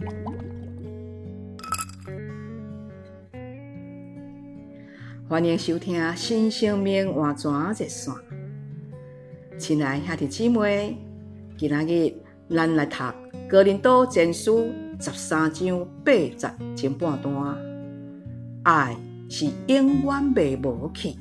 欢迎收听新生命换泉热线。亲爱兄弟姊妹，今仔日咱来读《哥林多前书》13章8节前半段。爱是永远袂无去。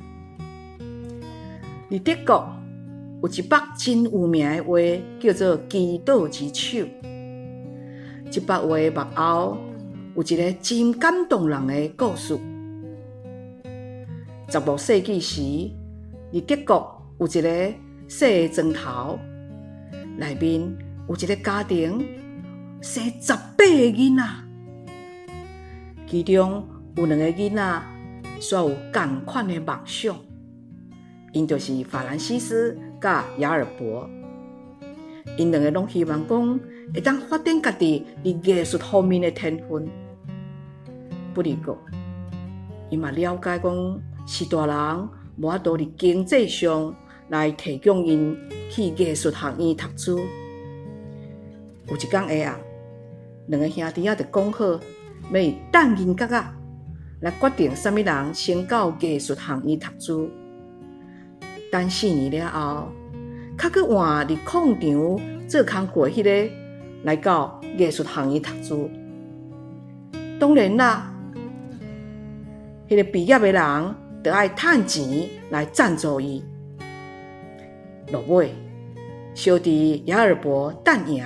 伫德国有一幅真有名的话，叫做《祈祷之手》。这幅画幕后有一个真感动人的故事。16世纪时，伫德国有一个小的庄头，内面有一个家庭生18个囡仔，其中有2个囡仔煞有同款的梦想，因就是法兰西斯甲雅尔伯。因2个拢希望讲会当发展家己伫艺术方面的天分，不过因嘛了解讲是大人无法度伫经济上来提供因去艺术学院读书。有一天下暗，2个兄弟就讲好，要等因角仔来决定啥物人先到艺术学院读书。等4年了后，较去换伫矿场做工课迄个来到艺术学院读书。当然啦，迄个毕业的人就要趁钱来赞助伊。落尾，小弟雅尔伯等赢。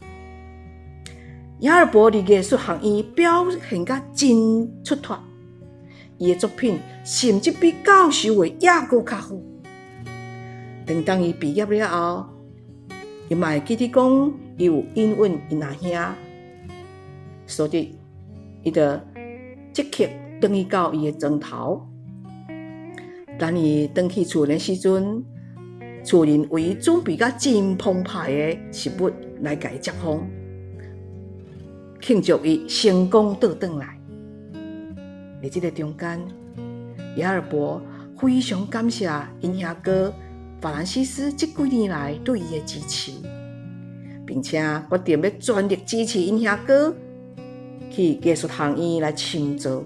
雅尔伯伫艺术学院表现甲真出色，伊的作品甚至比教授的还阁较好。等伊毕业了后，伊嘛会记得讲伊有应允因阿兄，所以伊就即刻转去到伊的庄头。等伊转去厝的时阵，厝人为伊准备甲真澎湃的食物来甲伊接风，庆祝伊成功倒转来。伫这个中间，雅尔伯非常感谢因兄哥法兰西斯这几年来对伊的支持，并且决定要全力支持因兄哥去艺术学院来深造。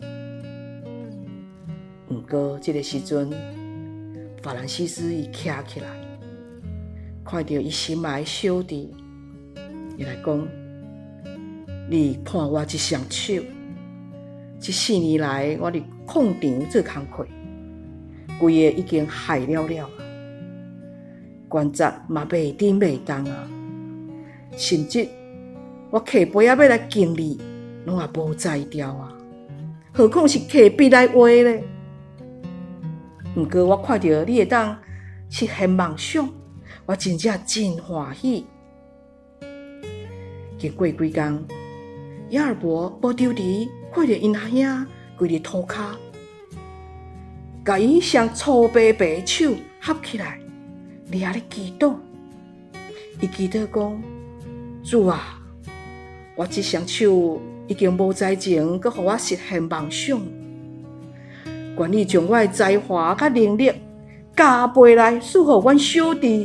不过这个时阵，法兰西斯伊徛起来，看到伊心爱的小弟，伊来讲：“你看我这双手，这4年来我伫矿场做工课，规个已经坏了了。关节嘛袂顶袂动啊，甚至我刻碑要来敬你，拢也无才调啊，何况是刻笔来画咧？不过我看到你会当实现梦想，我真正真欢喜。”经过几天，雅尔伯无丢离看到因阿兄跪伫涂骹，甲伊双粗白白的手合起来，掠咧祈祷。伊祈祷讲：“主啊，我这双手已经无才情，阁互我实现梦想。愿你将我的才华甲能力加倍来赐予阮小弟。”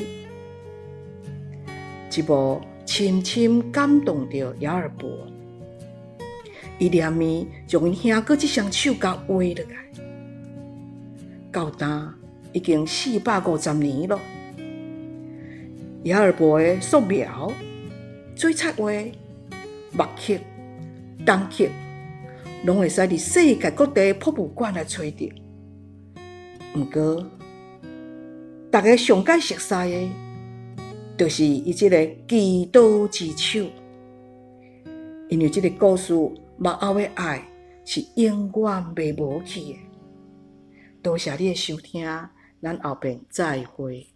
这幕深深感动着雅尔伯，伊连绵将因兄哥这双手甲画落来。到今已经450年了。雅尔伯的素描、水彩画、木刻、铜刻，拢会使伫世界各地博物馆来找到。不过，大家上界熟悉的，就是伊这个祈祷之手，因为这个故事幕后的爱是永远袂无去的。多谢你的收听，咱后边再会。